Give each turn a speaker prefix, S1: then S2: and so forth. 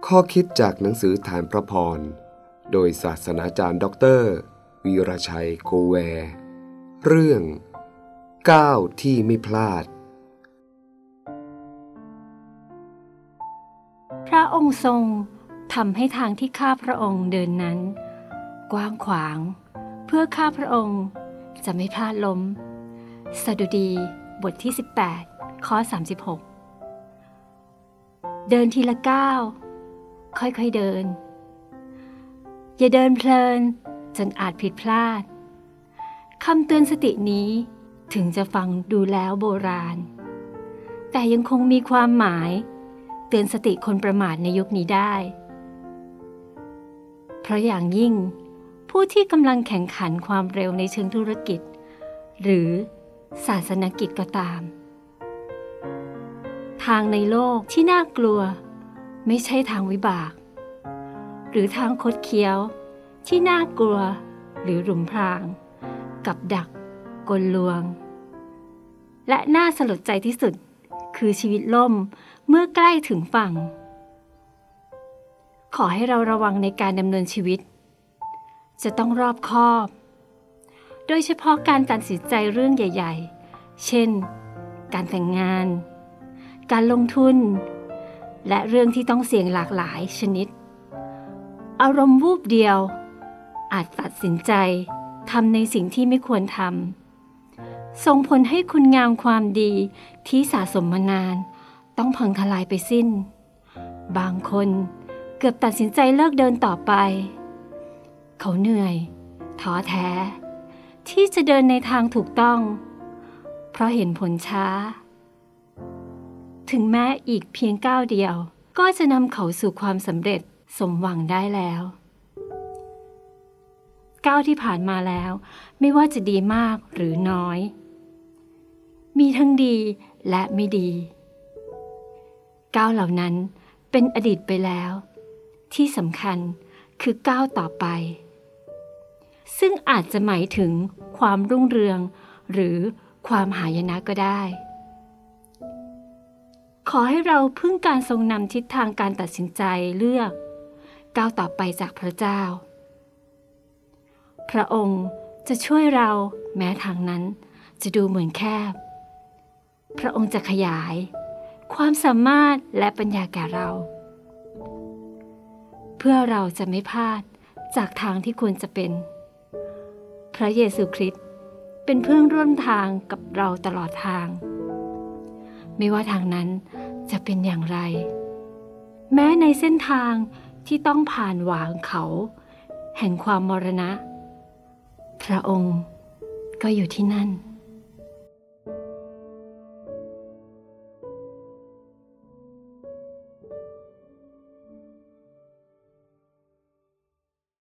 S1: ข้อคิดจากหนังสือฐานพระพรโดยศาสนาจารย์ดร.วีรชัยโกแวร์เรื่องก้าวที่ไม่พลาด
S2: พระองค์ทรงทำให้ทางที่ข้าพระองค์เดินนั้นกว้างขวางเพื่อข้าพระองค์จะไม่พลาดล้มสดุดีบทที่18ข้อ36เดินทีละก้าวค่อยๆเดินอย่าเดินเพลินจนอาจผิดพลาดคำเตือนสตินี้ถึงจะฟังดูแล้วโบราณแต่ยังคงมีความหมายเตือนสติคนประมาทในยุคนี้ได้เพราะอย่างยิ่งผู้ที่กำลังแข่งขันความเร็วในเชิงธุรกิจหรือศาสนกิจก็ตามทางในโลกที่น่ากลัวไม่ใช่ทางวิบากหรือทางคดเคี้ยวที่น่ากลัวหรือหลุมพรางกับดักกลลวงและน่าสลดใจที่สุดคือชีวิตล่มเมื่อใกล้ถึงฝั่งขอให้เราระวังในการดำเนินชีวิตจะต้องรอบคอบโดยเฉพาะการตัดสินใจเรื่องใหญ่ๆเช่นการแต่งงานการลงทุนและเรื่องที่ต้องเสี่ยงหลากหลายชนิดอารมณ์วูบเดียวอาจตัดสินใจทำในสิ่งที่ไม่ควรทำส่งผลให้คุณงามความดีที่สะสมมานานต้องพังทลายไปสิ้นบางคนเกือบตัดสินใจเลิกเดินต่อไปเขาเหนื่อยท้อแท้ที่จะเดินในทางถูกต้องเพราะเห็นผลช้าถึงแม้อีกเพียงก้าวเดียวก็จะนำเขาสู่ความสำเร็จสมหวังได้แล้วก้าวที่ผ่านมาแล้วไม่ว่าจะดีมากหรือน้อยมีทั้งดีและไม่ดีก้าวเหล่านั้นเป็นอดีตไปแล้วที่สำคัญคือก้าวต่อไปซึ่งอาจจะหมายถึงความรุ่งเรืองหรือความหายนะก็ได้ขอให้เราพึ่งการทรงนำทิศทางการตัดสินใจเลือกก้าวต่อไปจากพระเจ้าพระองค์จะช่วยเราแม้ทางนั้นจะดูเหมือนแคบพระองค์จะขยายความสามารถและปัญญาแก่เราเพื่อเราจะไม่พลาดจากทางที่ควรจะเป็นพระเยซูคริสต์เป็นเพื่อนร่วมทางกับเราตลอดทางไม่ว่าทางนั้นจะเป็นอย่างไรแม้ในเส้นทางที่ต้องผ่านหว่างเขาแห่งความมรณะพระองค์ก็อยู่ที่นั่น